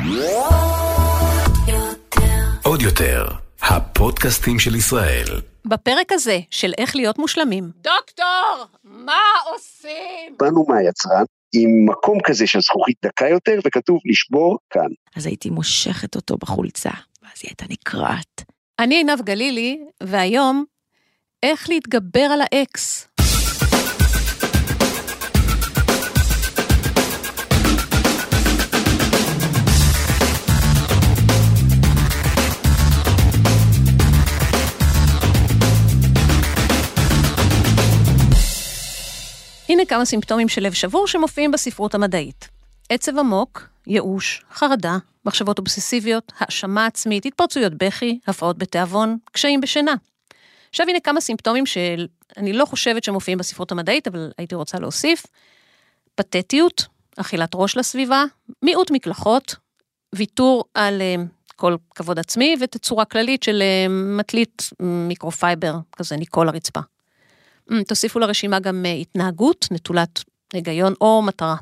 עוד יותר, הפודקאסטים של ישראל. בפרק הזה של איך להיות מושלמים. דוקטור, מה עושים? באנו מהיצרן עם מקום כזה של זכוכית דקה יותר, וכתוב לשבור כאן. אז הייתי מושכת אותו בחולצה, ואז היא הייתה נקרעת. אני עינב גלילי, והיום, איך להתגבר על האקס. הנה כמה סימפטומים של לב שבור שמופיעים בספרות המדעית. עצב עמוק, ייאוש, חרדה, מחשבות אובססיביות, האשמה עצמית, התפרצויות בכי, הפרעות בתיאבון, קשיים בשינה. עכשיו הנה כמה סימפטומים שאני לא חושבת שמופיעים בספרות המדעית, אבל הייתי רוצה להוסיף. פתטיות, אכילת ראש לסביבה, מיעוט מקלחות, ויתור על כל כבוד עצמי, ותצורה כללית של מטלית מיקרופייבר, כזה ניקול הרצפה. תוסיפו לרשימה גם התנהגות, נטולת היגיון או מטרה.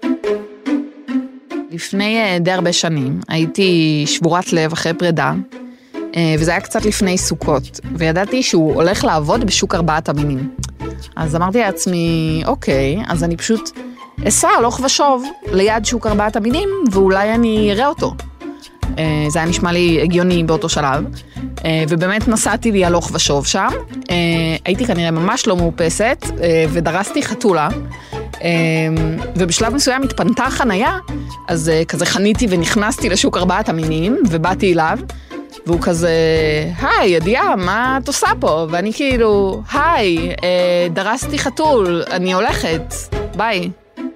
לפני די הרבה שנים הייתי שבורת לב אחרי פרידה, וזה היה קצת לפני סוכות, וידעתי שהוא הולך לעבוד בשוק 4 המינים. אז אמרתי לעצמי, אוקיי, אז אני פשוט אסע הלוך ושוב ליד שוק 4 המינים, ואולי אני אראה אותו. זה היה נשמע לי הגיוני באותו שלב, ובאמת נסעתי לי הלוך ושוב שם, הייתי כנראה ממש לא מאופסת, ודרסתי חתולה, ובשלב מסוים התפנתה חנייה, אז כזה חניתי ונכנסתי לשוק 4 המינים, ובאתי אליו, והוא כזה, היי, ידיעה, מה את עושה פה? ואני כאילו, היי, דרסתי חתול, אני הולכת, ביי.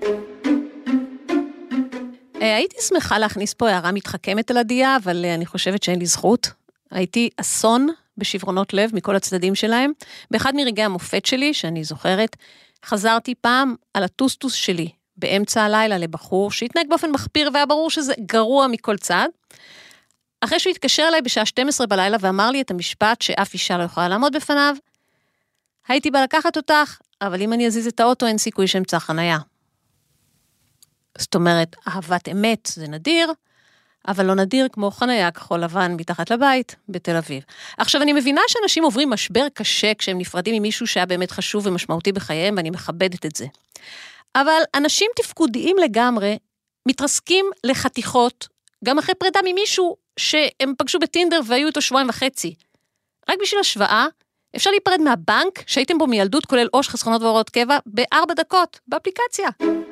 הייתי שמחה להכניס פה הערה מתחכמת על הדיעה, אבל אני חושבת שאין לי זכות. הייתי אסון בשברונות לב מכל הצדדים שלהם. באחד מרגעי המופת שלי, שאני זוכרת, חזרתי פעם על הטוסטוס שלי, באמצע הלילה לבחור, שהתנהג באופן מחפיר, והיה ברור שזה גרוע מכל צד. אחרי שהוא התקשר אליי בשעה 12 בלילה, ואמר לי את המשפט שאף אישה לא יכולה לעמוד בפניו, הייתי בא לקחת אותך, אבל אם אני אזיז את האוטו, אין סיכוי שאמצא חנייה. זאת אומרת, אהבת אמת זה נדיר, אבל לא נדיר כמו חניה כחול לבן מתחת לבית בתל אביב. עכשיו, אני מבינה שאנשים עוברים משבר קשה כשהם נפרדים ממישהו שהיה באמת חשוב ומשמעותי בחייהם, ואני מכבדת את זה. אבל אנשים תפקודיים לגמרי מתרסקים לחתיכות, גם אחרי פרידה ממישהו שהם פגשו בטינדר והיו איתו 2.5 שבועות. רק בשביל השוואה, אפשר להיפרד מהבנק שהייתם בו מילדות, כולל עו"ש, חסכונות והוראות קבע, ב4 דקות, באפליקציה.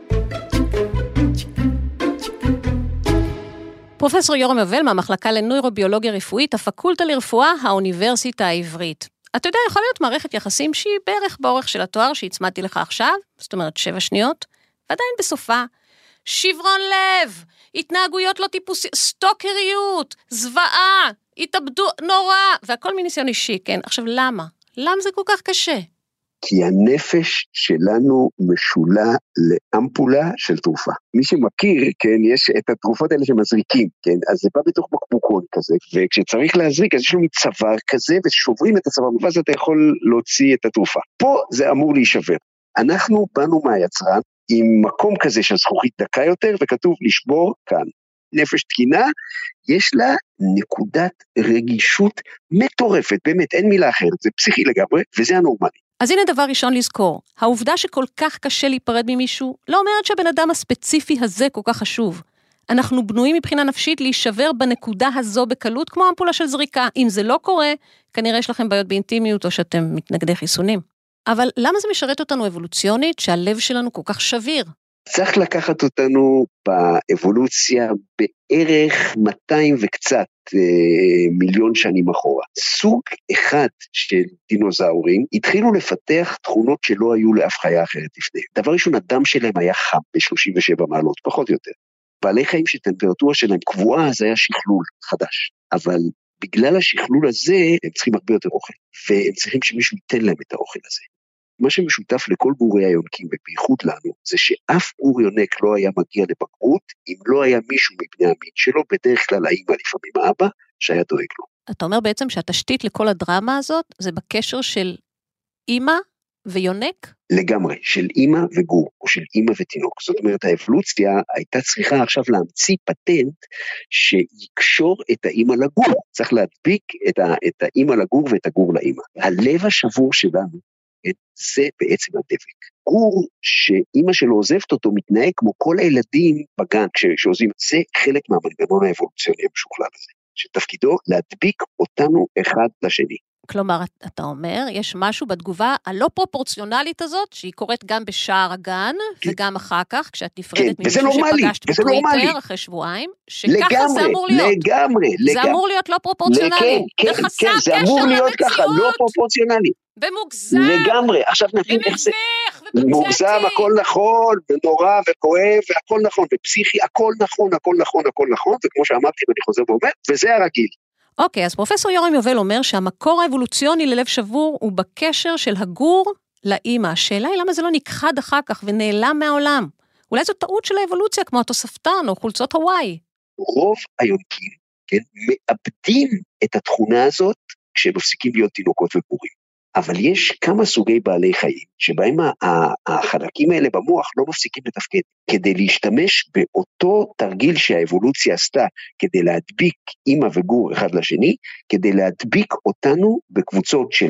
פרופסור יורם יובל מהמחלקה לנוירוביולוגיה רפואית, הפקולטה לרפואה, האוניברסיטה העברית. אתה יודע, יכול להיות מערכת יחסים שהיא בערך באורך של התואר שהצמדתי לך עכשיו, זאת אומרת 7 שניות, ועדיין בסופה, שברון לב, התנהגויות לא טיפוסיות, סטוקריות, זוועה, התאבדו, נורא, והכל מניסיון אישי, כן? עכשיו, למה? למה זה כל כך קשה? כי הנפש שלנו משולה לאמפולה של תרופה. מי שמכיר, כן, יש את התרופות האלה שמזריקים, כן, אז זה בא בתוך בקבוקון כזה, וכשצריך להזריק, אז יש לנו צוואר כזה, ושוברים את הצוואר, ואז אתה יכול להוציא את התרופה. פה זה אמור להישבר. אנחנו באנו מהיצרן עם מקום כזה של זכוכית דקה יותר, וכתוב לשבור כאן. נפש תקינה, יש לה נקודת רגישות מטורפת, באמת, אין מילה אחרת, זה פסיכי לגמרי, וזה הנורמלי. אז הנה דבר ראשון לזכור, העובדה שכל כך קשה להיפרד ממישהו, לא אומרת שהבן אדם הספציפי הזה כל כך חשוב. אנחנו בנויים מבחינה נפשית להישבר בנקודה הזו בקלות, כמו אמפולה של זריקה. אם זה לא קורה, כנראה יש לכם בעיות באינטימיות, או שאתם מתנגדי חיסונים. אבל למה זה משרת אותנו אבולוציונית, שהלב שלנו כל כך שביר? צריך לקחת אותנו באבולוציה בערך 200 וקצת מיליון שנים אחורה. סוג אחד של דינוזאורים התחילו לפתח תכונות שלא היו לאף חיה אחרת לפני. דבר ראשון, הדם שלהם היה חם ב-37 מעלות, פחות או יותר. בעלי חיים שטמפרטורה שלהם קבועה, זה היה שכלול חדש. אבל בגלל השכלול הזה, הם צריכים הרבה יותר אוכל, והם צריכים שמישהו ייתן להם את האוכל הזה. מה שמשותף לכל בורי היונקים, ובייחוד לנו, זה שאף בור יונק לא היה מגיע לבגרות, אם לא היה מישהו מבני המין שלו, בדרך כלל האמא, לפעמים האבא, שהיה דואג לו. אתה אומר בעצם שהתשתית לכל הדרמה הזאת, זה בקשר של אמא ויונק? לגמרי, של אמא וגור, או של אמא ותינוק. זאת אומרת, האבולוציה הייתה צריכה עכשיו להמציא פטנט שיקשור את האמא לגור. צריך להדביק את האמא לגור ואת הגור לאמא. הלב השבור שלנו, זה בעצם הדבק. גור שאמא שלו עוזבת אותו מתנהג כמו כל הילדים בגן שעוזבים. זה חלק מהמנגנון האבולוציוני המשוכלל הזה, שתפקידו להדביק אותנו אחד לשני. כלומר, אתה אומר, יש משהו בתגובה הלא פרופורציונלית הזאת, שהיא קורית גם בשער הגן, וגם אחר כך, כשאת נפרדת ממישהו שפגשת בטוויטר אחרי שבועיים, שככה זה אמור להיות. לגמרי. זה אמור להיות לא פרופורציונלי. כן, זה אמור להיות ככה, לא פרופורציונלי. במוגזם. לגמרי, עכשיו נבין איך זה. מוגזם, הכל נכון, ונורא וכואב, והכל נכון, ופסיכי, הכל נכון, וכמו שאמרתי, ואני חוזר ואומר, וזה הרגיל. אוקיי, אז פרופסור יורם יובל אומר שהמקור האבולוציוני ללב שבור הוא בקשר של הגור לאמא. השאלה היא למה זה לא נכחד אחר כך ונעלם מהעולם. אולי זו טעות של האבולוציה כמו התוספתן או חולצות הוואי. רוב היונקים, כן, מאבדים את התכונה הזאת כשהם מפסיקים להיות תינוקות וגורים. אבל יש כמה סוגי בעלי חיים שבהם החלקים האלה במוח לא מפסיקים לתפקד. כדי להשתמש באותו תרגיל שהאבולוציה עשתה, כדי להדביק אמא וגור אחד לשני, כדי להדביק אותנו בקבוצות של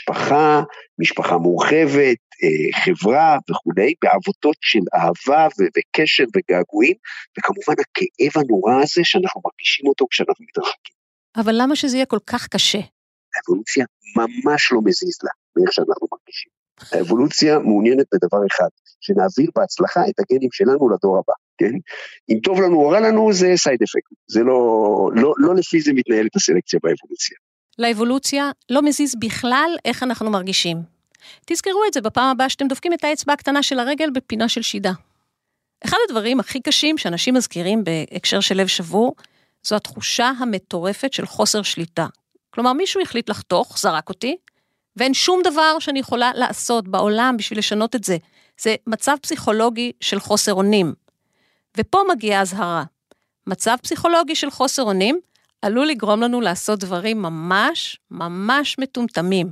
משפחה מורחבת, חברה וכולי, בעבותות של אהבה וקשר וגעגועים, וכמובן הכאב הנורא הזה שאנחנו מרגישים אותו כשאנחנו מתרחקים. אבל למה שזה יהיה כל כך קשה? האבולוציה ממש לא מזיז לה, מאיך שאנחנו מרגישים. האבולוציה מעוניינת בדבר אחד, שנעביר בהצלחה את הגנים שלנו לדור הבא, כן? אם טוב לנו או רע לנו, זה סייד אפקט. זה לא לפי זה מתנהלת הסלקציה באבולוציה. לאבולוציה לא מזיז בכלל איך אנחנו מרגישים. תזכרו את זה בפעם הבאה שאתם דופקים את האצבע הקטנה של הרגל בפינה של שידה. אחד הדברים הכי קשים שאנשים מזכירים בהקשר של לב שבור, זו התחושה המטורפת של חוסר שליטה. כלומר, מישהו החליט לחתוך, זרק אותי, ואין שום דבר שאני יכולה לעשות בעולם בשביל לשנות את זה. זה מצב פסיכולוגי של חוסר אונים. ופה מגיעה הזהרה. מצב פסיכולוגי של חוסר אונים עלול לגרום לנו לעשות דברים ממש מטומטמים.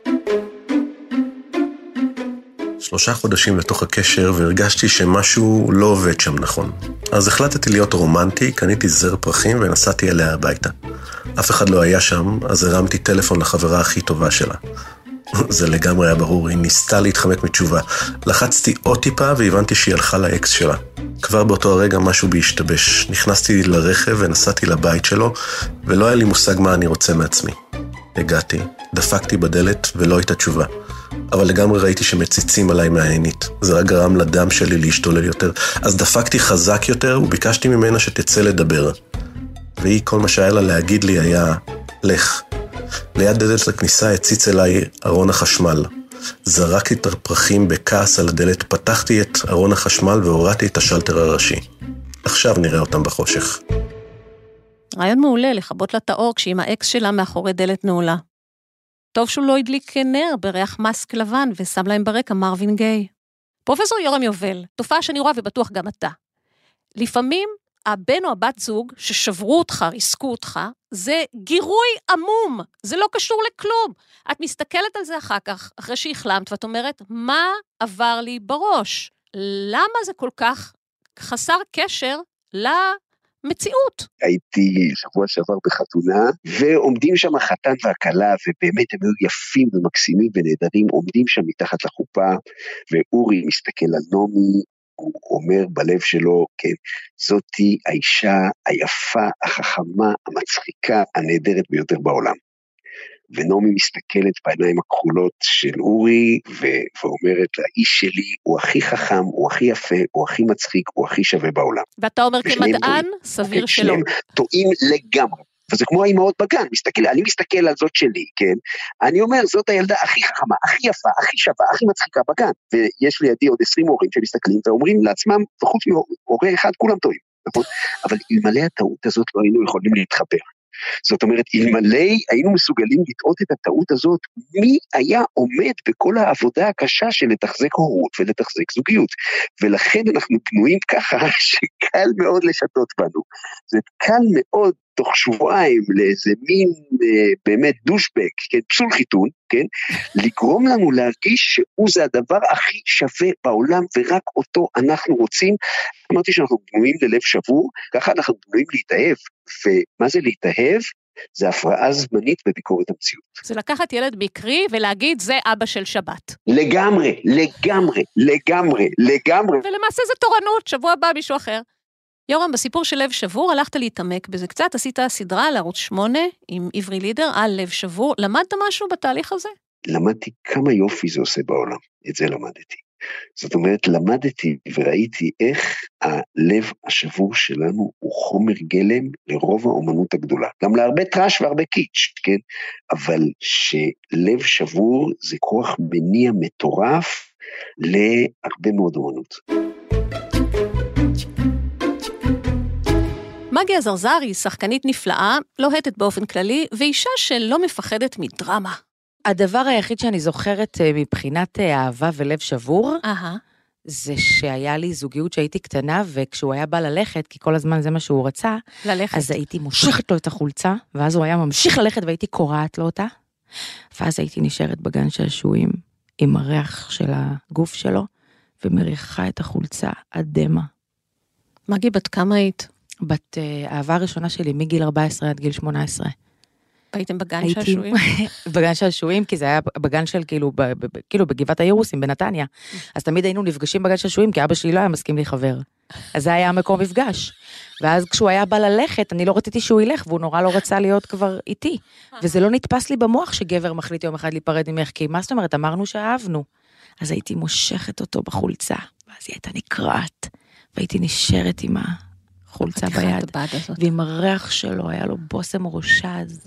3 חודשים לתוך הקשר והרגשתי שמשהו לא עובד שם נכון. אז החלטתי להיות רומנטי, קניתי זר פרחים ונסעתי אליה הביתה. אף אחד לא היה שם, אז הרמתי טלפון לחברה הכי טובה שלה. זה לגמרי היה ברור, היא ניסתה להתחמק מתשובה. לחצתי עוד טיפה והבנתי שהיא הלכה לאקס שלה. כבר באותו הרגע משהו בהשתבש. נכנסתי לרכב ונסעתי לבית שלו, ולא היה לי מושג מה אני רוצה מעצמי. הגעתי, דפקתי בדלת ולא הייתה תשובה. אבל לגמרי ראיתי שמציצים עליי מהעינית. זה רק גרם לדם שלי להשתולל יותר. אז דפקתי חזק יותר וביקשתי ממנה שתצא לדבר. והיא, כל מה שהיה לה להגיד לי היה, לך. ליד דלת הכניסה הציץ אליי ארון החשמל. זרקתי את הפרחים בכעס על הדלת, פתחתי את ארון החשמל והורדתי את השלטר הראשי. עכשיו נראה אותם בחושך. רעיון מעולה לחבות לה את האור כשהיא עם האקס שלה מאחורי דלת נעולה. טוב שהוא לא הדליק נר בריח מסק לבן ושם להם ברקע מרווין גיי. פרופסור יורם יובל, תופעה שאני רואה ובטוח גם אתה. לפעמים הבן או הבת זוג ששברו אותך, ריסקו אותך, זה גירוי עמום, זה לא קשור לכלום. את מסתכלת על זה אחר כך, אחרי שהחלמת, ואת אומרת, מה עבר לי בראש? למה זה כל כך חסר קשר למציאות? הייתי שבוע שעבר בחתונה, ועומדים שם החתן והכלה, ובאמת הם היו יפים ומקסימים ונהדרים, עומדים שם מתחת לחופה, ואורי מסתכל על נומי, הוא אומר בלב שלו, כן, זאתי האישה היפה, החכמה, המצחיקה, הנהדרת ביותר בעולם. ונומי מסתכלת בעיניים הכחולות של אורי, ואומרת לה, האיש שלי הוא הכי חכם, הוא הכי יפה, הוא הכי מצחיק, הוא הכי שווה בעולם. ואתה אומר כמדען, סביר שלא. שניהם טועים לגמרי. וזה כמו האימהות בגן, אני מסתכל על זאת שלי, כן? אני אומר, זאת הילדה הכי חכמה, הכי יפה, הכי שווה, הכי מצחיקה בגן. ויש לידי עוד 20 הורים שמסתכלים ואומרים לעצמם, וחוץ מהורה אחד, כולם טועים. נכון? אבל אלמלא הטעות הזאת לא היינו יכולים להתחבר. זאת אומרת, אלמלא היינו מסוגלים לטעות את הטעות הזאת, מי היה עומד בכל העבודה הקשה של לתחזק הורות ולתחזק זוגיות? ולכן אנחנו פנויים ככה שקל מאוד לשתות בנו. זה קל מאוד תוך שבועיים לאיזה מין באמת דושבק, כן, פסול חיתון, כן, לגרום לנו להרגיש שהוא זה הדבר הכי שווה בעולם, ורק אותו אנחנו רוצים. אמרתי שאנחנו בנויים ללב שבור, ככה אנחנו בנויים להתאהב, ומה זה להתאהב? זה הפרעה זמנית בביקורת המציאות. זה לקחת ילד בקרי ולהגיד, זה אבא של שבת. לגמרי, לגמרי, לגמרי, לגמרי. ולמעשה זה תורנות, שבוע הבא מישהו אחר. יורם, בסיפור של לב שבור, הלכת להתעמק בזה קצת, עשית סדרה על ערוץ 8 עם עברי לידר על לב שבור. למדת משהו בתהליך הזה? למדתי כמה יופי זה עושה בעולם, את זה למדתי. זאת אומרת, למדתי וראיתי איך הלב השבור שלנו הוא חומר גלם לרוב האומנות הגדולה. גם להרבה טרש והרבה קיץ', כן? אבל שלב שבור זה כוח מניע מטורף להרבה מאוד אומנות. מגי הזרזר היא שחקנית נפלאה, לוהטת באופן כללי, ואישה שלא מפחדת מדרמה. הדבר היחיד שאני זוכרת מבחינת אהבה ולב שבור, זה שהיה לי זוגיות שהייתי קטנה, וכשהוא היה בא ללכת, כי כל הזמן זה מה שהוא רצה, ללכת. אז הייתי מושכת לו את החולצה, ואז הוא היה ממשיך ללכת, והייתי קורעת לו אותה, ואז הייתי נשארת בגן שעשועים, עם הריח של הגוף שלו, ומריחה את החולצה עד דמה. מגי, בת כמה היית? בת האהבה הראשונה שלי, מגיל 14 עד גיל 18. הייתם בגן שעשועים? בגן שעשועים, כי זה היה בגן של כאילו בגבעת הירוסים, בנתניה. אז תמיד היינו נפגשים בגן שעשועים, כי אבא שלי לא היה מסכים לי חבר. אז זה היה המקום מפגש. ואז כשהוא היה בא ללכת, אני לא רציתי שהוא ילך, והוא נורא לא רצה להיות כבר איתי. וזה לא נתפס לי במוח שגבר מחליט יום אחד להיפרד ממך, כי מה זאת אומרת, אמרנו שאהבנו. אז הייתי מושכת אותו בחולצה, ואז היא הייתה נקרעת, והייתי נשארת עם החולצה ביד, ועם הריח שלו היה לו בוסם רושז.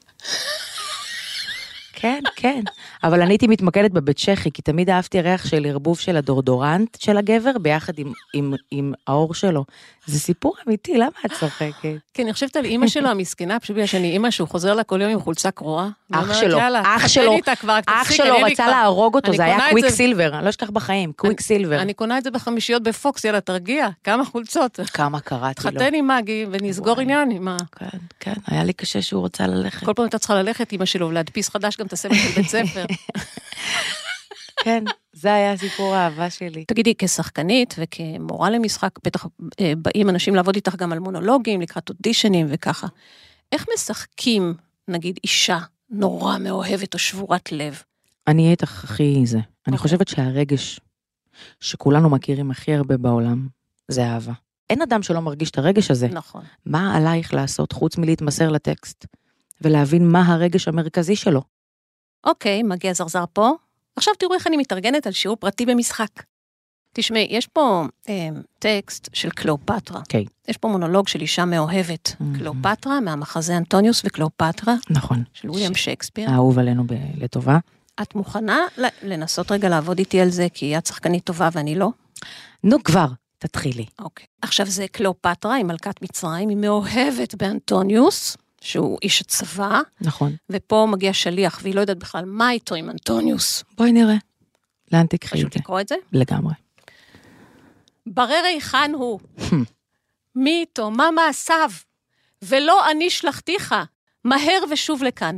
כן, כן. אבל אני הייתי מתמקדת בבית צ'כי, כי תמיד אהבתי ריח של ערבוב של הדורדורנט של הגבר, ביחד עם האור שלו. זה סיפור אמיתי, למה את צוחקת? כן, אני חושבת על אמא שלו המסכנה, פשוט בגלל שאני אמא שהוא חוזר לה כל יום עם חולצה קרועה. אח שלו רצה להרוג אותו, זה היה קוויק סילבר, אני לא אשכח בחיים, קוויק סילבר. אני קונה את זה בחמישיות בפוקס, יאללה, תרגיע, כמה חולצות. כמה קראתי לו. חתן עם מגי ונסגור עניין עם כן, כן, היה לי קשה שהוא רוצה ללכת. כל פעם הייתה צריכה ללכת אמא שלו, ולהדפיס חדש גם את הסמל של בית ספר. כן, זה היה סיפור האהבה שלי. תגידי, כשחקנית וכמורה למשחק, בטח באים אנשים לעבוד איתך גם על מונולוגים, לקראת אודישנים וככה. איך משחקים, נגיד, אישה נורא מאוהבת או שבורת לב? אני אהיה איתך הכי זה. אני חושבת שהרגש שכולנו מכירים הכי הרבה בעולם, זה אהבה. אין אדם שלא מרגיש את הרגש הזה. נכון. מה עלייך לעשות חוץ מלהתמסר לטקסט, ולהבין מה הרגש המרכזי שלו? אוקיי, מגי הזרזר פה. עכשיו תראו איך אני מתארגנת על שיעור פרטי במשחק. תשמעי, יש פה טקסט של קליאופטרה. Okay. יש פה מונולוג של אישה מאוהבת. קליאופטרה, מהמחזה אנטוניוס וקליאופטרה. נכון. של וויליאם שייקספיר. האהוב עלינו לטובה. את מוכנה לנסות רגע לעבוד איתי על זה, כי את שחקנית טובה ואני לא? נו כבר, תתחילי. אוקיי. עכשיו זה קליאופטרה, היא מלכת מצרים, היא מאוהבת באנטוניוס, שהוא איש הצבא. נכון. ופה מגיע שליח, והיא לא יודעת בכלל מה איתו עם אנטוניוס. בואי נראה. לאן תקחי את זה? פשוט לקרוא את זה? לגמרי. ברר היכן הוא. מי איתו, מה מעשיו? ולא אני שלחתיך. מהר ושוב לכאן.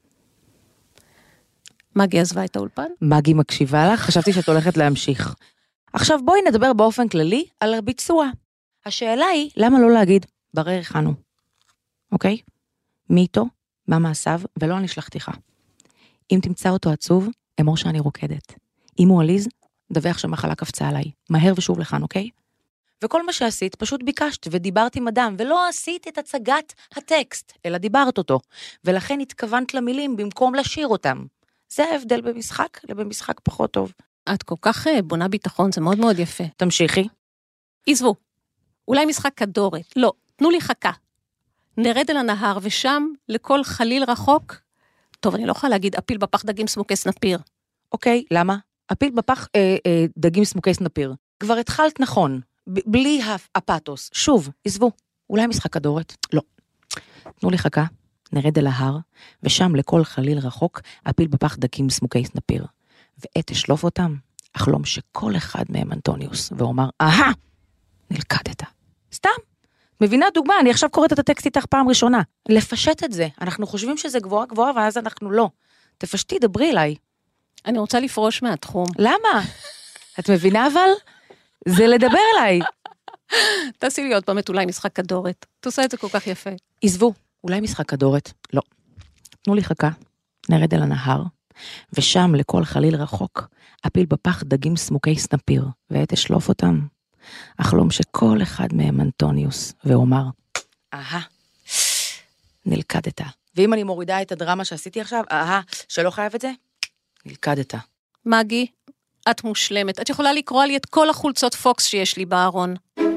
מגי עזבה את האולפן? מגי מקשיבה לך, חשבתי שאת הולכת להמשיך. עכשיו בואי נדבר באופן כללי על הביצוע. השאלה היא, למה לא להגיד, ברר היכן הוא? אוקיי? מי איתו, מה מעשיו, ולא אני שלחתיך. אם תמצא אותו עצוב, אמור שאני רוקדת. אם הוא עליז, דווח שמחלה קפצה עליי. מהר ושוב לכאן, אוקיי? וכל מה שעשית, פשוט ביקשת ודיברת עם אדם, ולא עשית את הצגת הטקסט, אלא דיברת אותו. ולכן התכוונת למילים במקום לשיר אותם. זה ההבדל במשחק, ובמשחק פחות טוב. את כל כך בונה ביטחון, זה מאוד מאוד יפה. תמשיכי. עזבו, אולי משחק כדורת. לא, תנו לי חכה. נרד אל הנהר, ושם, לכל חליל רחוק, טוב, אני לא יכולה להגיד, אפיל בפח דגים סמוקי סנפיר. אוקיי, למה? אפיל בפח דגים סמוקי סנפיר. כבר התחלת נכון, בלי הפאטוס. שוב, עזבו, אולי משחק כדורת? לא. תנו לי חכה, נרד אל ההר, ושם לכל חליל רחוק, אפיל בפח דגים סמוקי סנפיר. ועת אשלוף אותם, אחלום שכל אחד מהם אנטוניוס, ואומר, אהה, נלכדת. סתם. מבינה דוגמה, אני עכשיו קוראת את הטקסט איתך פעם ראשונה. לפשט את זה, אנחנו חושבים שזה גבוהה, ואז אנחנו לא. תפשטי, דברי אליי. אני רוצה לפרוש מהתחום. למה? את מבינה אבל? זה לדבר אליי. תעשי לי עוד פעם אולי משחק כדורת. את עושה את זה כל כך יפה. עזבו, אולי משחק כדורת. לא. תנו לי חכה, נרד אל הנהר, ושם לכל חליל רחוק, אפיל בפח דגים סמוקי סנפיר, ועת אשלוף אותם. אחלום שכל אחד מהם אנטוניוס, ואומר, נלכדת. ואם אני מורידה את הדרמה שעשיתי עכשיו, שלא חייב את זה, נלכדת. מגי, את מושלמת. את יכולה לקרוא לי את כל החולצות פוקס שיש לי בארון.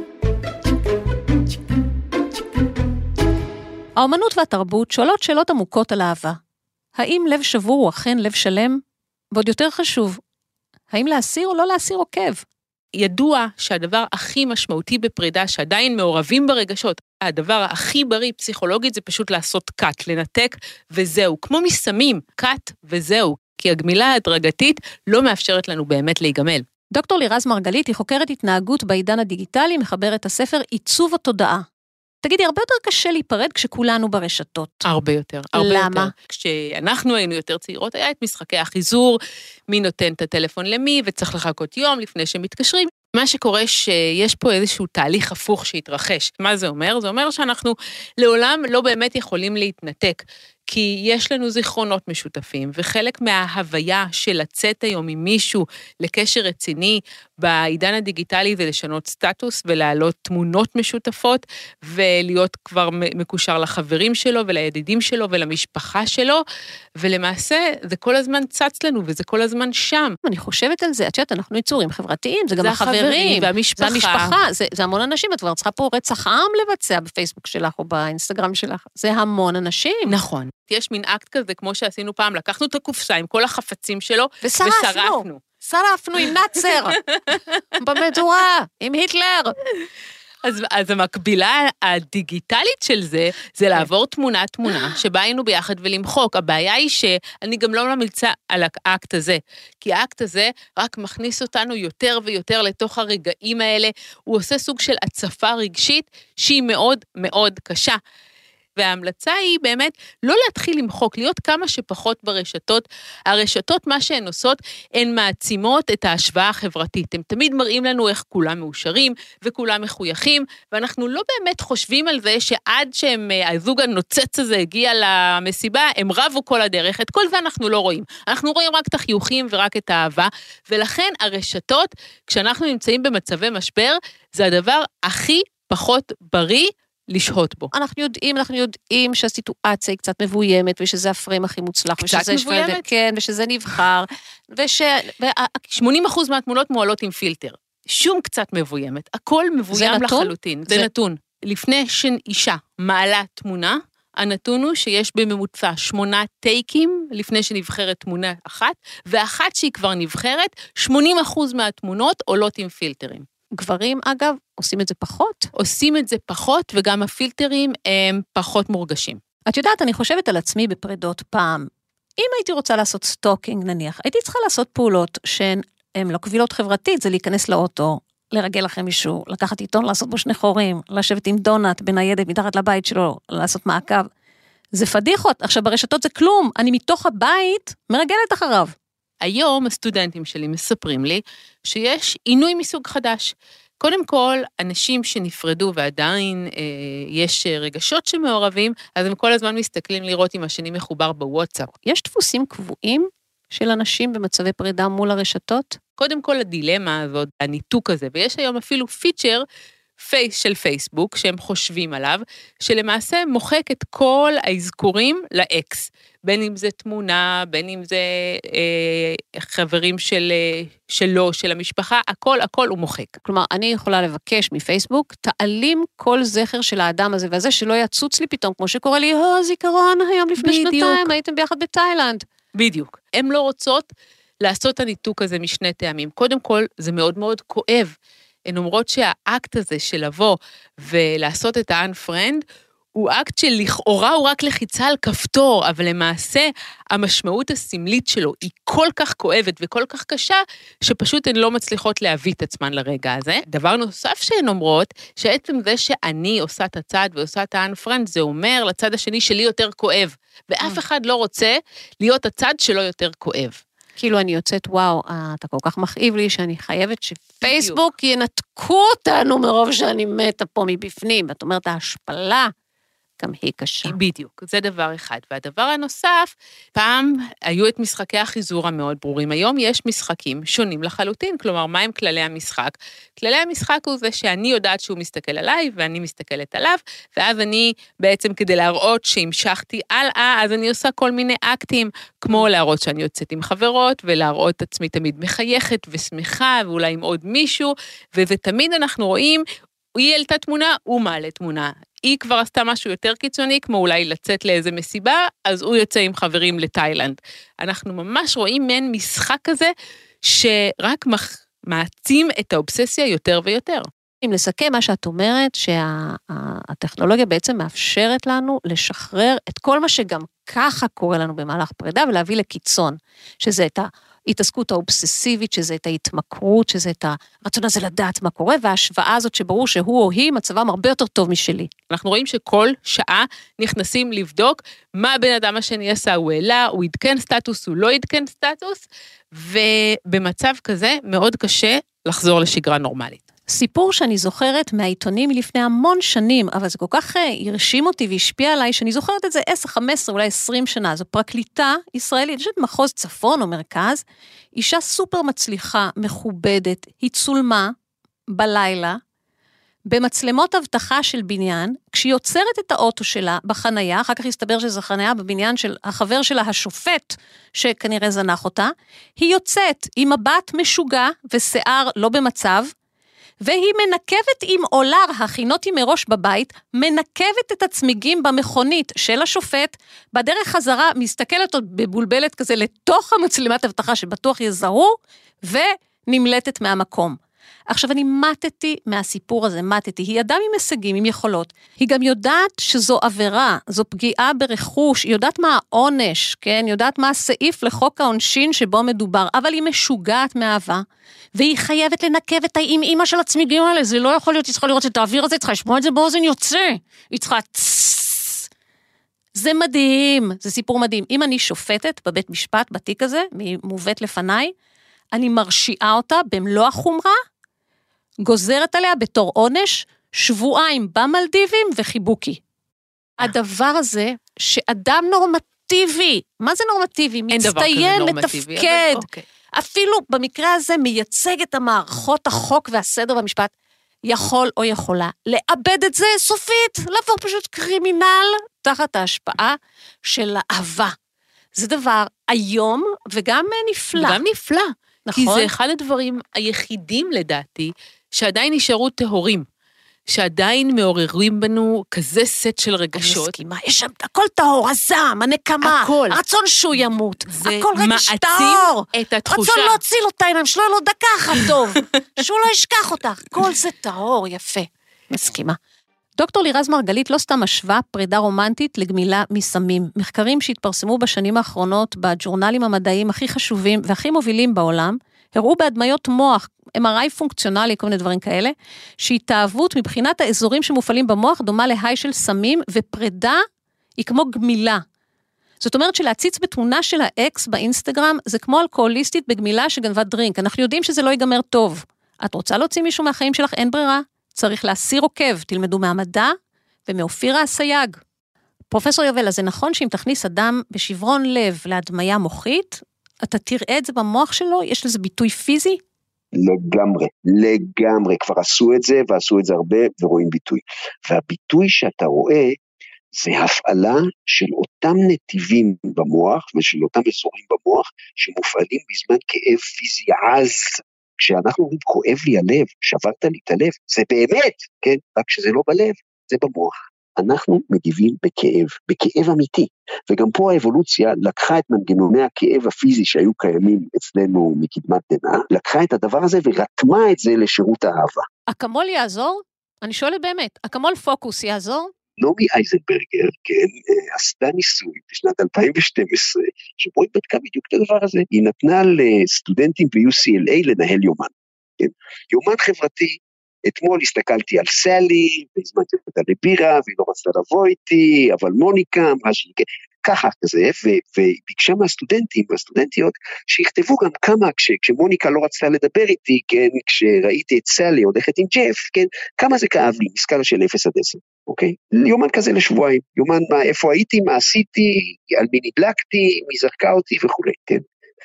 האומנות והתרבות שואלות שאלות עמוקות על אהבה. האם לב שבור הוא אכן לב שלם? ועוד יותר חשוב, האם להסיר או לא להסיר עוקב? ידוע שהדבר הכי משמעותי בפרידה, שעדיין מעורבים ברגשות, הדבר הכי בריא פסיכולוגית זה פשוט לעשות קאט, לנתק וזהו. כמו מסמים, קאט וזהו. כי הגמילה ההדרגתית לא מאפשרת לנו באמת להיגמל. דוקטור לירז מרגלית היא חוקרת התנהגות בעידן הדיגיטלי, מחברת הספר עיצוב התודעה. תגידי, הרבה יותר קשה להיפרד כשכולנו ברשתות. הרבה יותר. למה? כשאנחנו היינו יותר צעירות, היה את משחקי החיזור, מי נותן את הטלפון למי, וצריך לחכות יום לפני שמתקשרים. מה שקורה שיש פה איזשהו תהליך הפוך שהתרחש. מה זה אומר? זה אומר שאנחנו לעולם לא באמת יכולים להתנתק, כי יש לנו זיכרונות משותפים, וחלק מההוויה של לצאת היום עם מישהו לקשר רציני בעידן הדיגיטלי זה לשנות סטטוס ולהעלות תמונות משותפות, ולהיות כבר מקושר לחברים שלו ולידידים שלו ולמשפחה שלו, ולמעשה זה כל הזמן צץ לנו וזה כל הזמן שם. אני חושבת על זה, את יודעת, אנחנו יצורים חברתיים, זה גם החברים, והמשפחה. זה המשפחה, זה המון אנשים, את כבר צריכה פה רצח עם לבצע בפייסבוק שלך או באינסטגרם שלך, זה המון אנשים. נכון. יש מין אקט כזה, כמו שעשינו פעם, לקחנו את הקופסה עם כל החפצים שלו, ושרפנו. שרפנו עם נאצר, במדורה, עם היטלר. אז המקבילה הדיגיטלית של זה לעבור תמונה, שבה היינו ביחד ולמחוק. הבעיה היא שאני גם לא ממליצה על האקט הזה, כי האקט הזה רק מכניס אותנו יותר ויותר לתוך הרגעים האלה, הוא עושה סוג של הצפה רגשית שהיא מאוד מאוד קשה. וההמלצה היא באמת לא להתחיל למחוק, להיות כמה שפחות ברשתות. הרשתות, מה שהן עושות, הן מעצימות את ההשוואה החברתית. הם תמיד מראים לנו איך כולם מאושרים וכולם מחויכים, ואנחנו לא באמת חושבים על זה שעד שהזוג הנוצץ הזה הגיע למסיבה, הם רבו כל הדרך. את כל זה אנחנו לא רואים. אנחנו רואים רק את החיוכים ורק את האהבה, ולכן הרשתות, כשאנחנו נמצאים במצבי משבר, זה הדבר הכי פחות בריא, לשהות בו. אנחנו יודעים שהסיטואציה היא קצת מבוימת, ושזה הפריים הכי מוצלח. קצת מבוימת? כן, ושזה נבחר. 80% מהתמונות מועלות עם פילטר. שום קצת מבוימת. הכל מבוים לחלוטין. זה נתון. לפני שאישה מעלה תמונה, הנתון הוא שיש בממוצע 8 טייקים לפני שנבחרת תמונה אחת, ואחת שהיא כבר נבחרת, 80% מהתמונות עולות עם פילטרים. גברים, אגב, עושים את זה פחות? עושים את זה פחות, וגם הפילטרים הם פחות מורגשים. את יודעת, אני חושבת על עצמי בפרידות פעם. אם הייתי רוצה לעשות סטוקינג, נניח, הייתי צריכה לעשות פעולות שהן לא קבילות חברתית, זה להיכנס לאוטו, לרגל אחרי מישהו, לקחת עיתון, לעשות בו 2 חורים, לשבת עם דונט בניידת מתחת לבית שלו, לעשות מעקב. זה פדיחות. עכשיו, ברשתות זה כלום. אני מתוך הבית מרגלת אחריו. היום הסטודנטים שלי מספרים לי שיש עינוי מסוג חדש. קודם כל, אנשים שנפרדו ועדיין יש רגשות שמעורבים, אז הם כל הזמן מסתכלים לראות אם השני מחובר בוואטסאפ. יש דפוסים קבועים של אנשים במצבי פרידה מול הרשתות? קודם כל, הדילמה הזאת, הניתוק הזה, ויש היום אפילו פיצ'ר של פייסבוק, שהם חושבים עליו, שלמעשה מוחק את כל האזכורים לאקס. בין אם זה תמונה, בין אם זה חברים שלו, של המשפחה, הכל הוא מוחק. כלומר, אני יכולה לבקש מפייסבוק, תעלים כל זכר של האדם הזה, והזה שלא יצוץ לי פתאום, כמו שקורא לי, זיכרון, היום לפני שנתיים, הייתם ביחד בתאילנד. בדיוק. הן לא רוצות לעשות את הניתוק הזה משני טעמים. קודם כל, זה מאוד מאוד כואב. הן אומרות שהאקט הזה של לבוא ולעשות את ה-unfriend, הוא אקט שלכאורה הוא רק לחיצה על כפתור, אבל למעשה המשמעות הסמלית שלו היא כל כך כואבת וכל כך קשה, שפשוט הן לא מצליחות להביא את עצמן לרגע הזה. דבר נוסף שהן אומרות, שעצם זה שאני עושה את הצד ועושה את האנפרנד, זה אומר לצד השני שלי יותר כואב, ואף אחד לא רוצה להיות הצד שלו יותר כואב. כאילו אני יוצאת, וואו, אתה כל כך מכאיב לי שאני חייבת שפייסבוק ינתקו אותנו מרוב שאני מתה פה מבפנים. ואת אומרת, ההשפלה גם היא קשה. בדיוק, זה דבר אחד. והדבר הנוסף, פעם היו את משחקי החיזור המאוד ברורים. היום יש משחקים שונים לחלוטין, כלומר, מה הם כללי המשחק? כללי המשחק הוא זה שאני יודעת שהוא מסתכל עליי, ואני מסתכלת עליו, ואז אני בעצם כדי להראות שהמשכתי הלאה, אז אני עושה כל מיני אקטים, כמו להראות שאני יוצאת עם חברות, ולהראות את עצמי תמיד מחייכת ושמחה, ואולי עם עוד מישהו, ותמיד אנחנו רואים, היא העלתה תמונה, הוא מעלה תמונה. היא כבר עשתה משהו יותר קיצוני, כמו אולי לצאת לאיזה מסיבה, אז הוא יוצא עם חברים לתאילנד. אנחנו ממש רואים מעין משחק כזה, שרק מעצים את האובססיה יותר ויותר. אם לסכם מה שאת אומרת, שהטכנולוגיה בעצם מאפשרת לנו לשחרר את כל מה שגם ככה קורה לנו במהלך פרידה, ולהביא לקיצון, שזה את ההתעסקות האובססיבית, שזה את ההתמכרות, שזה את הרצון הזה לדעת מה קורה, וההשוואה הזאת שברור שהוא או היא מצבם הרבה יותר טוב משלי. אנחנו רואים שכל שעה נכנסים לבדוק מה הבן אדם השני עשה, הוא העלה, הוא עדכן סטטוס, הוא לא עדכן סטטוס, ובמצב כזה מאוד קשה לחזור לשגרה נורמלית. סיפור שאני זוכרת מהעיתונים מלפני המון שנים, אבל זה כל כך הרשים אותי והשפיע עליי, שאני זוכרת את זה 10, 15, אולי 20 שנה. זו פרקליטה ישראלית, יש את מחוז צפון או מרכז, אישה סופר מצליחה, מכובדת, היא צולמה בלילה, במצלמות הבטחה של בניין, כשהיא עוצרת את האוטו שלה בחנייה, אחר כך הסתבר שזו חנייה בבניין של החבר שלה, השופט, שכנראה זנח אותה, היא יוצאת עם מבט משוגע ושיער לא במצב, והיא מנקבת עם אולר, הכינותי מראש בבית, מנקבת את הצמיגים במכונית של השופט, בדרך חזרה מסתכלת עוד בבולבלת כזה לתוך המצלמת הבטחה שבטוח יזהו, ונמלטת מהמקום. עכשיו אני מתתי מהסיפור הזה, היא אדם עם הישגים, עם יכולות, היא גם יודעת שזו עבירה, זו פגיעה ברכוש, היא יודעת מה העונש, כן? היא יודעת מה הסעיף לחוק העונשין שבו מדובר, אבל היא משוגעת מאהבה, והיא חייבת לנקב את האמא של הצמיגים האלה, זה לא יכול להיות, היא צריכה לראות את האוויר הזה, היא צריכה לשמוע את זה באוזן יוצא, היא צריכה זה מדהים, זה סיפור מדהים. אם אני שופטת בבית משפט, בתיק הזה, מובאת לפניי, אני מרשיעה אותה במלוא החומרה, גוזרת עליה בתור עונש, שבועיים במלדיבים וחיבוקי. הדבר הזה, שאדם נורמטיבי, מה זה נורמטיבי? מצטיין, לתפקד, אפילו במקרה הזה מייצג את המערכות החוק והסדר במשפט, יכול או יכולה לאבד את זה סופית, לעבור פשוט קרימינל, תחת ההשפעה של האהבה. זה דבר היום וגם נפלא. וגם נפלא. נכון? כי זה אחד הדברים היחידים לדעתי, שעדיין נשארו טהורים, שעדיין מעוררים בנו כזה סט של רגשות. אני מסכימה, יש שם הכל טהור, הזעם, הנקמה, הכל. הרצון שהוא ימות, הכל רגש מעצים טהור, את התחושה. רצון להציל אותה, אם שלא לו דקה אחת טוב, שהוא לא ישכח אותך, כל זה טהור, יפה, מסכימה. דוקטור לירז מרגלית לא סתם משווה פרידה רומנטית לגמילה מסמים. מחקרים שהתפרסמו בשנים האחרונות בג'ורנלים המדעיים הכי חשובים והכי מובילים בעולם, הראו בהדמיות מוח, MRI פונקציונלי, כל מיני דברים כאלה, שהתאהבות מבחינת האזורים שמופעלים במוח דומה להיי של סמים, ופרידה היא כמו גמילה. זאת אומרת שלהציץ בתמונה של האקס באינסטגרם, זה כמו אלכוהוליסטית בגמילה שגנבה דרינק. אנחנו יודעים שזה לא ייגמר טוב. את רוצה להוציא מישהו מהחיים שלך, אין ברירה. צריך להסיר עוקב, תלמדו מהמדע ומאופירה הסייג. פרופסור יובל, אז זה נכון שאם תכניס אדם בשברון לב להדמיה מוחית, אתה תראה את זה במוח שלו? יש לזה ביטוי פיזי? לגמרי, כבר עשו את זה, ועשו את זה הרבה, ורואים ביטוי. והביטוי שאתה רואה, זה הפעלה של אותם נתיבים במוח, ושל אותם אזורים במוח, שמופעלים בזמן כאב פיזי עז. כשאנחנו אומרים, כואב לי הלב, שברת לי את הלב, זה באמת, כן? רק שזה לא בלב, זה במוח. אנחנו מגיבים בכאב אמיתי, וגם פה האבולוציה לקחה את מנגנוני הכאב הפיזי שהיו קיימים אצלנו מקדמת דנא, לקחה את הדבר הזה ורתמה את זה לשירות האהבה. אקמול יעזור? אני שואלת באמת, אקמול פוקוס יעזור? נעמי אייזנברגר, כן, עשתה ניסוי בשנת 2012, שבו היא בדקה בדיוק את הדבר הזה. היא נתנה לסטודנטים ב-UCLA לנהל יומן. כן? יומן חברתי. אתמול הסתכלתי על סלי, והזמנתי אותה לבירה, והיא לא רצתה לבוא איתי, אבל מוניקה אמרה שהיא ככה כזה, וביקשה מהסטודנטים והסטודנטיות, שיכתבו גם כמה, כשמוניקה לא רצתה לדבר איתי, כן, כשראיתי את סלי הולכת עם ג'ף, כן, כמה זה כאב לי, מסקאלה של 0 עד 10, אוקיי? יומן כזה לשבועיים, יומן מה, איפה הייתי, מה עשיתי, על מי נדלקתי, מי זרקה אותי וכו', כן?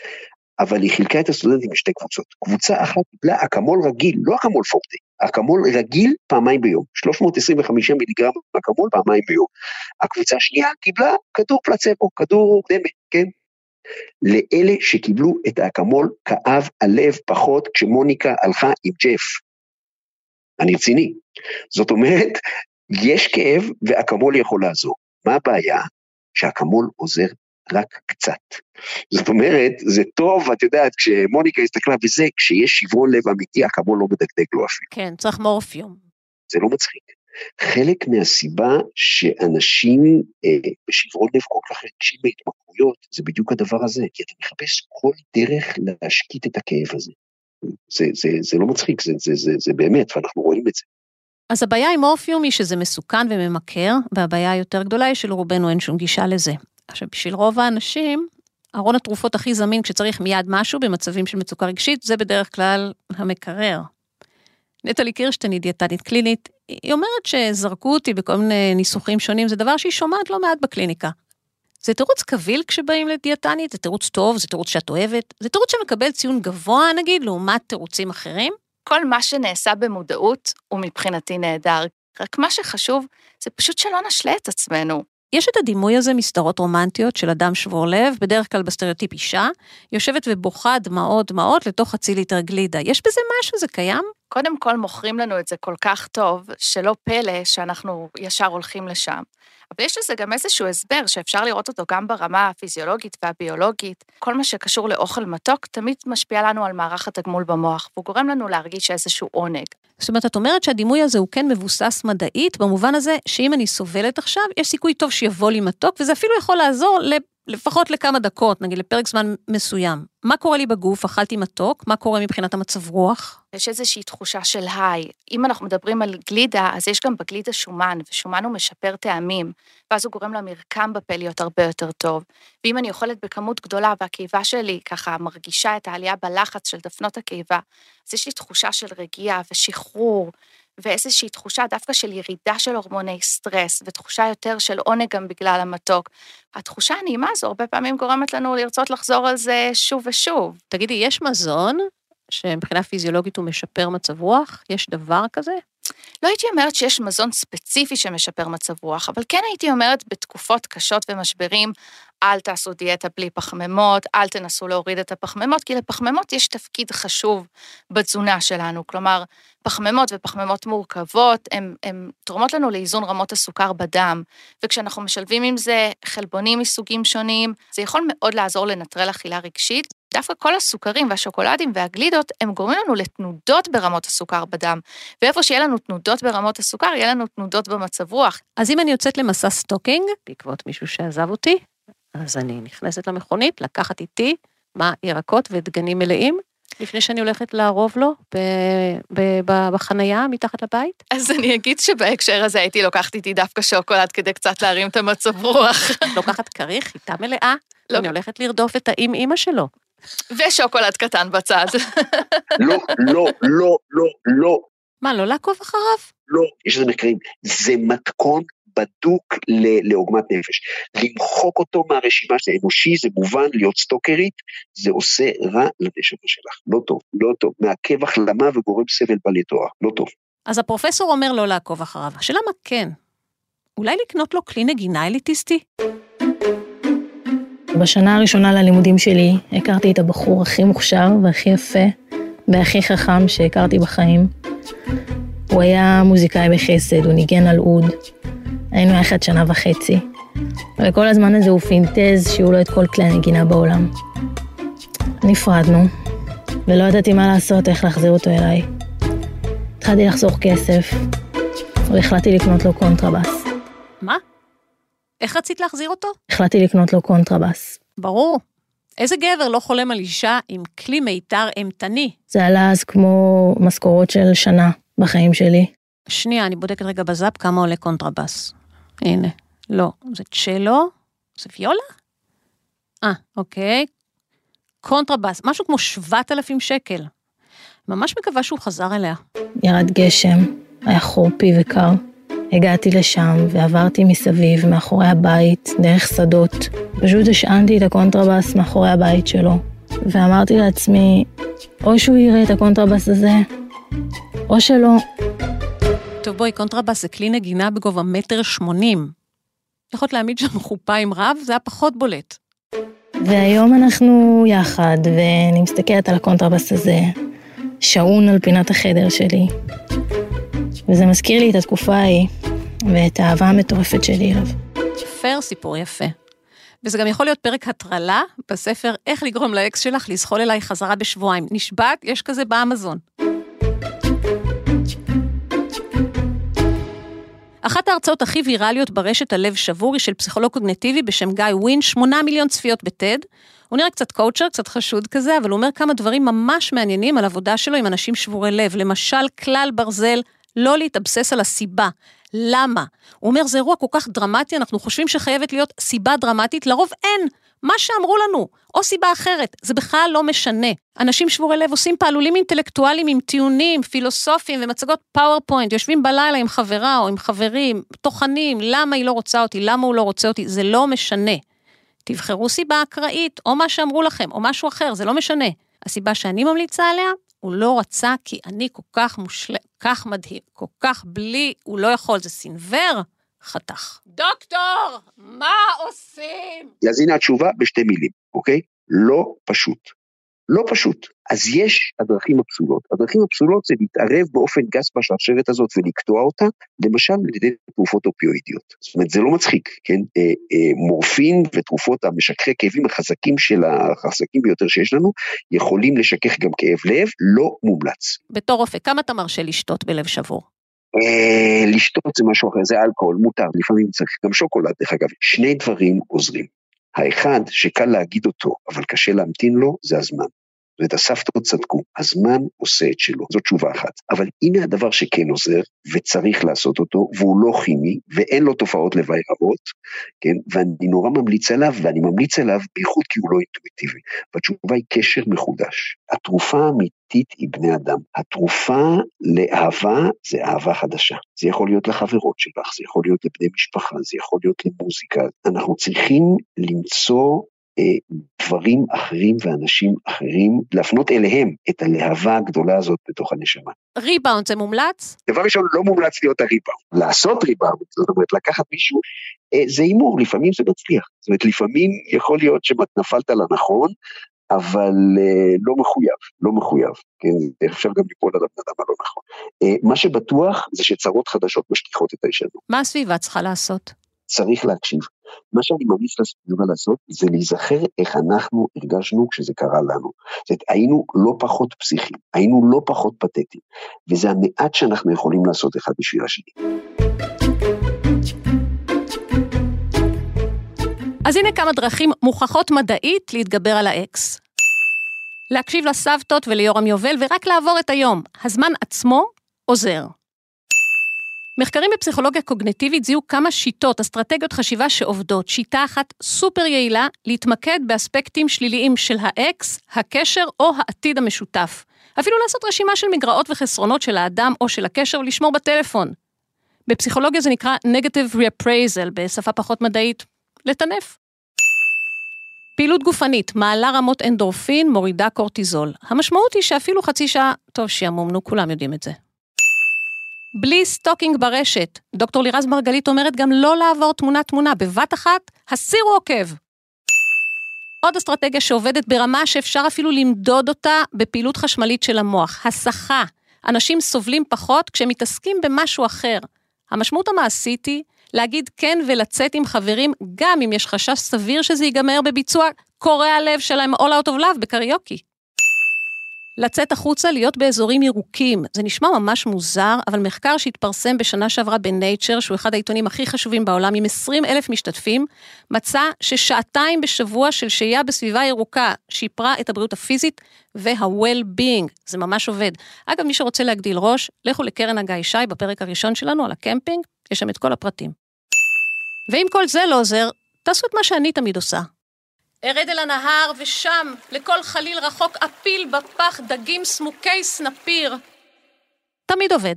אבל היא חילקה את הסטודנטים בשתי קבוצות. קבוצה אחת קיבלה אקמול רגיל, לא אקמול פורטה, אקמול רגיל פעמיים ביום, 325 מיליגרם אקמול פעמיים ביום. הקבוצה השנייה קיבלה כדור פלצבו, כדור דמה, כן? לאלה שקיבלו את האקמול כאב הלב פחות כשמוניקה הלכה עם ג'ף. אני רציני. זאת אומרת, יש כאב ואקמול יכול לעזור. מה הבעיה? שהאקמול עוזר רק קצת. זאת אומרת, זה טוב, את יודעת, כשמוניקה הסתכלה וזה, כשיש שברון לב אמיתי, אקמול לא מדקדק לו אפילו. כן, צריך מורפיום. זה לא מצחיק. חלק מהסיבה שאנשים בשברון לב כל כך רגשים בהתמכרויות, זה בדיוק הדבר הזה, כי אתה מחפש כל דרך להשקיט את הכאב הזה. זה לא מצחיק, זה באמת, ואנחנו רואים את זה. אז הבעיה עם מורפיום היא שזה מסוכן וממכר, והבעיה היותר גדולה היא שלרובנו אין שום גישה לזה. עכשיו, בשביל רוב האנשים, ארון התרופות הכי זמין כשצריך מיד משהו במצבים של מצוקה רגשית, זה בדרך כלל המקרר. נטלי קירשטיין היא דיאטנית קלינית, היא אומרת שזרקו אותי בכל מיני ניסוחים שונים, זה דבר שהיא שומעת לא מעט בקליניקה. זה תירוץ קביל כשבאים לדיאטנית, זה תירוץ טוב, זה תירוץ שאת אוהבת, זה תירוץ שמקבל ציון גבוה, נגיד, לעומת תירוצים אחרים. כל מה שנעשה במודעות הוא מבחינתי נהדר, רק מה שחשוב זה פשוט שלא נשלה את עצמנו. יש את הדימוי הזה מסדרות רומנטיות של אדם שבור לב, בדרך כלל בסטריאוטיפ אישה, יושבת ובוכה דמעות לתוך חצי ליטר גלידה. יש בזה משהו, זה קיים? קודם כל מוכרים לנו את זה כל כך טוב, שלא פלא שאנחנו ישר הולכים לשם. אבל יש לזה גם איזשהו הסבר שאפשר לראות אותו גם ברמה הפיזיולוגית והביולוגית. כל מה שקשור לאוכל מתוק תמיד משפיע לנו על מערך התגמול במוח, והוא גורם לנו להרגיש איזשהו עונג. זאת אומרת, את אומרת שהדימוי הזה הוא כן מבוסס מדעית, במובן הזה שאם אני סובלת עכשיו, יש סיכוי טוב שיבוא לי מתוק, וזה אפילו יכול לעזור לפחות לכמה דקות, נגיד לפרק זמן מסוים. מה קורה לי בגוף? אכלתי מתוק? מה קורה מבחינת המצב רוח? יש איזושהי תחושה של היי. אם אנחנו מדברים על גלידה, אז יש גם בגלידה שומן, ושומן הוא משפר טעמים, ואז הוא גורם למרקם בפה להיות הרבה יותר טוב. ואם אני אוכלת בכמות גדולה, והקיבה שלי ככה מרגישה את העלייה בלחץ של דפנות הקיבה, אז יש לי תחושה של רגיעה ושחרור, ואיזושהי תחושה דווקא של ירידה של הורמוני סטרס, ותחושה יותר של עונג גם בגלל המתוק. התחושה הנעימה הזו הרבה פעמים גורמת לנו לרצות לחזור על זה שוב ושוב. תגידי, יש מזון שמבחינה פיזיולוגית הוא משפר מצב רוח? יש דבר כזה? לא הייתי אומרת שיש מזון ספציפי שמשפר מצב רוח, אבל כן הייתי אומרת בתקופות קשות ומשברים, אל תעשו דיאטה בלי פחמימות, אל תנסו להוריד את הפחמימות, כי לפחמימות יש תפקיד חשוב בתזונה שלנו, כלומר, פחמימות ופחמימות מורכבות, הן תורמות לנו לאיזון רמות הסוכר בדם, וכשאנחנו משלבים עם זה חלבונים מסוגים שונים, זה יכול מאוד לעזור לנטרל אכילה רגשית, דווקא כל הסוכרים והשוקולדים והגלידות, הם גורמים לנו לתנודות ברמות הסוכר בדם, ואיפה שיהיה לנו תנודות ברמות הסוכר, יהיה לנו תנודות במצב רוח. אז אם אני יוצאת למסע סטוקינג, בעקבות מישהו שעזב אותי, אז אני נכנסת למכונית, לקחת איתי ירקות ודגנים מלאים, לפני שאני הולכת לערוב לו בחנייה מתחת לבית. אז אני אגיד שבהקשר הזה הייתי לוקחת איתי דווקא שוקולד כדי קצת להרים את המצב רוח. לוקחת כריך, חיטה מלאה, אני הולכת לרדוף את האמא שלו. ושוקולד קטן בצד. לא, לא, לא, לא, לא. מה, לא לעקוב אחריו? לא, יש לזה מחקרים. זה מתכון בדוק לעוגמת נפש. למחוק אותו מהרשימה של האנושי, זה מובן, להיות סטוקרית, זה עושה רע לנשמה שלך. לא טוב, לא טוב. מעכב החלמה וגורם סבל בלתואר. לא טוב. אז הפרופסור אומר לא לעקוב אחריו. השאלה מה כן? אולי לקנות לו כלי נגינה אליטיסטי? בשנה הראשונה ללימודים שלי, הכרתי את הבחור הכי מוכשר והכי יפה והכי חכם שהכרתי בחיים. הוא היה מוזיקאי בחסד, הוא ניגן על אוד. היינו יחד 1.5 שנה, וכל הזמן הזה הוא פינטז שהוא לא את כל כלי הנגינה בעולם. נפרדנו, ולא ידעתי מה לעשות, איך להחזיר אותו אליי. התחלתי לחסוך כסף, והחלטתי לקנות לו קונטרבס. איך רצית להחזיר אותו? החלטתי לקנות לו קונטרבס. ברור. איזה גבר לא חולם על אישה עם כלי מיתר אימתני? זה עלה אז כמו משכורות של שנה בחיים שלי. שנייה, אני בודקת רגע בזאפ כמה עולה קונטרבס. הנה, לא, זה צ'לו? זה ויולה? אוקיי. קונטרבס, משהו כמו 7,000 שקל. ממש מקווה שהוא חזר אליה. ירד גשם, היה חורפי וקר. הגעתי לשם ועברתי מסביב, מאחורי הבית, דרך שדות. פשוט השענתי את הקונטרבס מאחורי הבית שלו. ואמרתי לעצמי, או שהוא יראה את הקונטרבס הזה, או שלא. טוב בואי, קונטרבס זה כלי נגינה בגובה 1.80 מטר. יכולת להעמיד שם חופה עם רב, זה היה פחות בולט. והיום אנחנו יחד, ואני מסתכלת על הקונטרבס הזה, שעון על פינת החדר שלי. וזה מזכיר לי את התקופה ההיא, ואת האהבה המטורפת שלי אליו. פייר סיפור יפה. וזה גם יכול להיות פרק הטרלה בספר איך לגרום לאקס שלך לזחול אליי חזרה בשבועיים. נשבעת, יש כזה באמזון. אחת ההרצאות הכי ויראליות ברשת הלב שבור היא של פסיכולוג קוגניטיבי בשם גיא ווין, 8 מיליון צפיות בטד. הוא נראה קצת קואוצ'ר, קצת חשוד כזה, אבל הוא אומר כמה דברים ממש מעניינים על עבודה שלו עם אנשים שבורי לב. למשל, כלל ברזל, לא להתאבסס על הסיבה. למה? הוא אומר, זה אירוע כל כך דרמטי, אנחנו חושבים שחייבת להיות סיבה דרמטית, לרוב אין. מה שאמרו לנו, או סיבה אחרת, זה בכלל לא משנה. אנשים שבורי לב עושים פעלולים אינטלקטואליים עם טיעונים, פילוסופיים ומצגות פאורפוינט, יושבים בלילה עם חברה או עם חברים, תוכנים, למה היא לא רוצה אותי, למה הוא לא רוצה אותי, זה לא משנה. תבחרו סיבה אקראית, או מה שאמרו לכם, או משהו אחר, זה לא משנה. הסיבה שאני ממליצה עליה, הוא לא רצה כי אני כל כך מושלם, כך מדהים, כל כך בלי, הוא לא יכול, זה סינבר, חתך. דוקטור, מה עושים? אז הנה התשובה בשתי מילים, אוקיי? לא פשוט. לא פשוט. אז יש הדרכים הפסולות. הדרכים הפסולות זה להתערב באופן גס בשרשרת הזאת ולקטוע אותה, למשל על ידי תרופות אופיואידיות. זאת אומרת, זה לא מצחיק, כן? מורפין ותרופות המשככי כאבים החזקים ביותר שיש לנו, יכולים לשכך גם כאב לב, לא מומלץ. בתור רופא, כמה אתה מרשה לשתות בלב שבור? לשתות זה משהו אחר, זה אלכוהול, מותר, לפעמים צריך גם שוקולד, דרך אגב. שני דברים עוזרים. האחד שקל להגיד אותו, אבל קשה להמתין לו, זה הזמן. ואת הסבתות צדקו, הזמן עושה את שלו, זאת תשובה אחת. אבל הנה הדבר שכן עוזר, וצריך לעשות אותו, והוא לא כימי, ואין לו תופעות לוואי רבות, כן? ואני נורא ממליץ עליו, ואני ממליץ עליו בייחוד כי הוא לא אינטואיטיבי. והתשובה היא קשר מחודש. התרופה האמיתית היא בני אדם. התרופה לאהבה זה אהבה חדשה. זה יכול להיות לחברות שלך, זה יכול להיות לבני משפחה, זה יכול להיות למוזיקה. אנחנו צריכים למצוא דברים אחרים ואנשים אחרים, להפנות אליהם את הלהבה הגדולה הזאת בתוך הנשמה. ריבאונד זה מומלץ? דבר ראשון, לא מומלץ להיות הריבאונד. לעשות ריבאונד, זאת אומרת, לקחת מישהו, זה אימור, לפעמים זה מצליח. זאת אומרת, לפעמים יכול להיות שנפלת לנכון, אבל לא מחויב, כן, אפשר גם ליפול על הבן אדם הלא נכון. מה שבטוח זה שצרות חדשות משכיחות את הישנות. מה הסביבה צריכה לעשות? צריך להקשיב. מה שאני ממליץ לסביבה לעשות, זה להיזכר איך אנחנו הרגשנו כשזה קרה לנו. זאת אומרת, היינו לא פחות פסיכיים, היינו לא פחות פתטיים, וזה המעט שאנחנו יכולים לעשות אחד בשביל השני. אז הנה כמה דרכים מוכחות מדעית להתגבר על האקס. להקשיב לסבתות וליורם יובל ורק לעבור את היום. הזמן עצמו עוזר. מחקרים בפסיכולוגיה קוגניטיבית זיהו כמה שיטות, אסטרטגיות חשיבה שעובדות. שיטה אחת סופר יעילה, להתמקד באספקטים שליליים של האקס, הקשר או העתיד המשותף. אפילו לעשות רשימה של מגרעות וחסרונות של האדם או של הקשר ולשמור בטלפון. בפסיכולוגיה זה נקרא negative reappraisal, בשפה פחות מדעית, לטנף. פעילות גופנית, מעלה רמות אנדורפין, מורידה קורטיזול. המשמעות היא שאפילו חצי שעה, טוב שימומנו, כולם יודעים את זה. בלי סטוקינג ברשת. דוקטור לירז מרגלית אומרת גם לא לעבור תמונה, בבת אחת, הסירו עוקב. עוד אסטרטגיה שעובדת ברמה שאפשר אפילו למדוד אותה בפעילות חשמלית של המוח, הסחה. אנשים סובלים פחות כשהם מתעסקים במשהו אחר. המשמעות המעשית היא להגיד כן ולצאת עם חברים, גם אם יש חשש סביר שזה ייגמר בביצוע קורע הלב שלהם all out of love בקריוקי. לצאת החוצה, להיות באזורים ירוקים. זה נשמע ממש מוזר, אבל מחקר שהתפרסם בשנה שעברה בנייצ'ר, שהוא אחד העיתונים הכי חשובים בעולם, עם 20,000 משתתפים, מצא ששעתיים בשבוע של שהייה בסביבה ירוקה, שיפרה את הבריאות הפיזית וה-well-being. זה ממש עובד. אגב, מי שרוצה להגדיל ראש, לכו לקרן הגיא שי בפרק הראשון שלנו על הקמפינג, יש שם את כל הפרטים. ואם כל זה לא עוזר, תעשו את מה שאני תמיד עושה. ארד אל הנהר ושם, לכל חליל רחוק אפיל בפח דגים סמוקי סנפיר. תמיד עובד.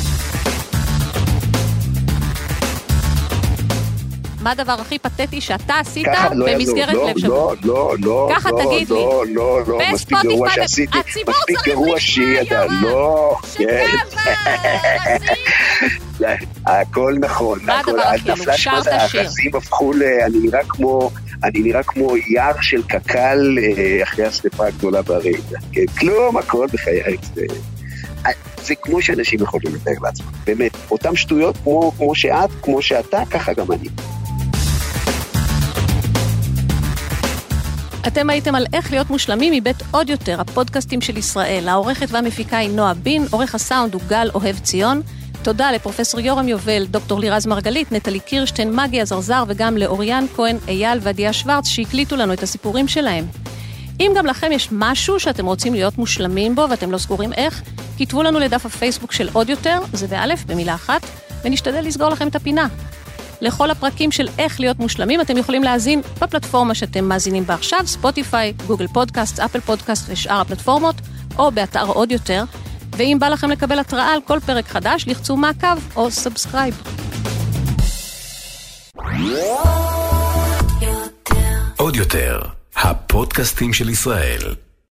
מה הדבר הכי פתטי שאתה עשית במסגרת לב שבוע? לא, ככה תגיד לי. לא, מספיק גרוע שעשיתי, מספיק גרוע שידע, לא, הכל נכון, נפלה שפת האחזים הפכו אני נראה כמו יער של קקל אחרי השריפה הגדולה ברגע. כלום, הכל בחיי. זה כמו שאנשים יכולים לתאר לעצמם. באמת, אותם שטויות כמו שאת, כמו שאתה, ככה גם אני. אתם הייתם על איך להיות מושלמים מבית עוד יותר, הפודקאסטים של ישראל. העורכת והמפיקה היא נועה בין, עורך הסאונד הוא גל אוהב ציון. תודה לפרופסור יורם יובל, דוקטור לירז מרגלית, נטלי קירשטיין, מגי הזרזר וגם לאוריאן כהן, אייל ועדיה שוורץ שהקליטו לנו את הסיפורים שלהם. אם גם לכם יש משהו שאתם רוצים להיות מושלמים בו ואתם לא סגורים איך, כתבו לנו לדף הפייסבוק של עוד יותר, זה באלף, במילה אחת, ונשתדל לסגור לכם את הפינה. לכל הפרקים של איך להיות מושלמים אתם יכולים להאזין בפלטפורמה שאתם מאזינים בה עכשיו, ספוטיפיי, גוגל פודקאסט, אפל פודקאסט ושאר הפלטפורמות, או באתר עוד יותר. ואם בא לכם לקבל התראה על כל פרק חדש, לחצו מעקב או סאבסקרייב. עוד יותר, הפודקאסטים של ישראל.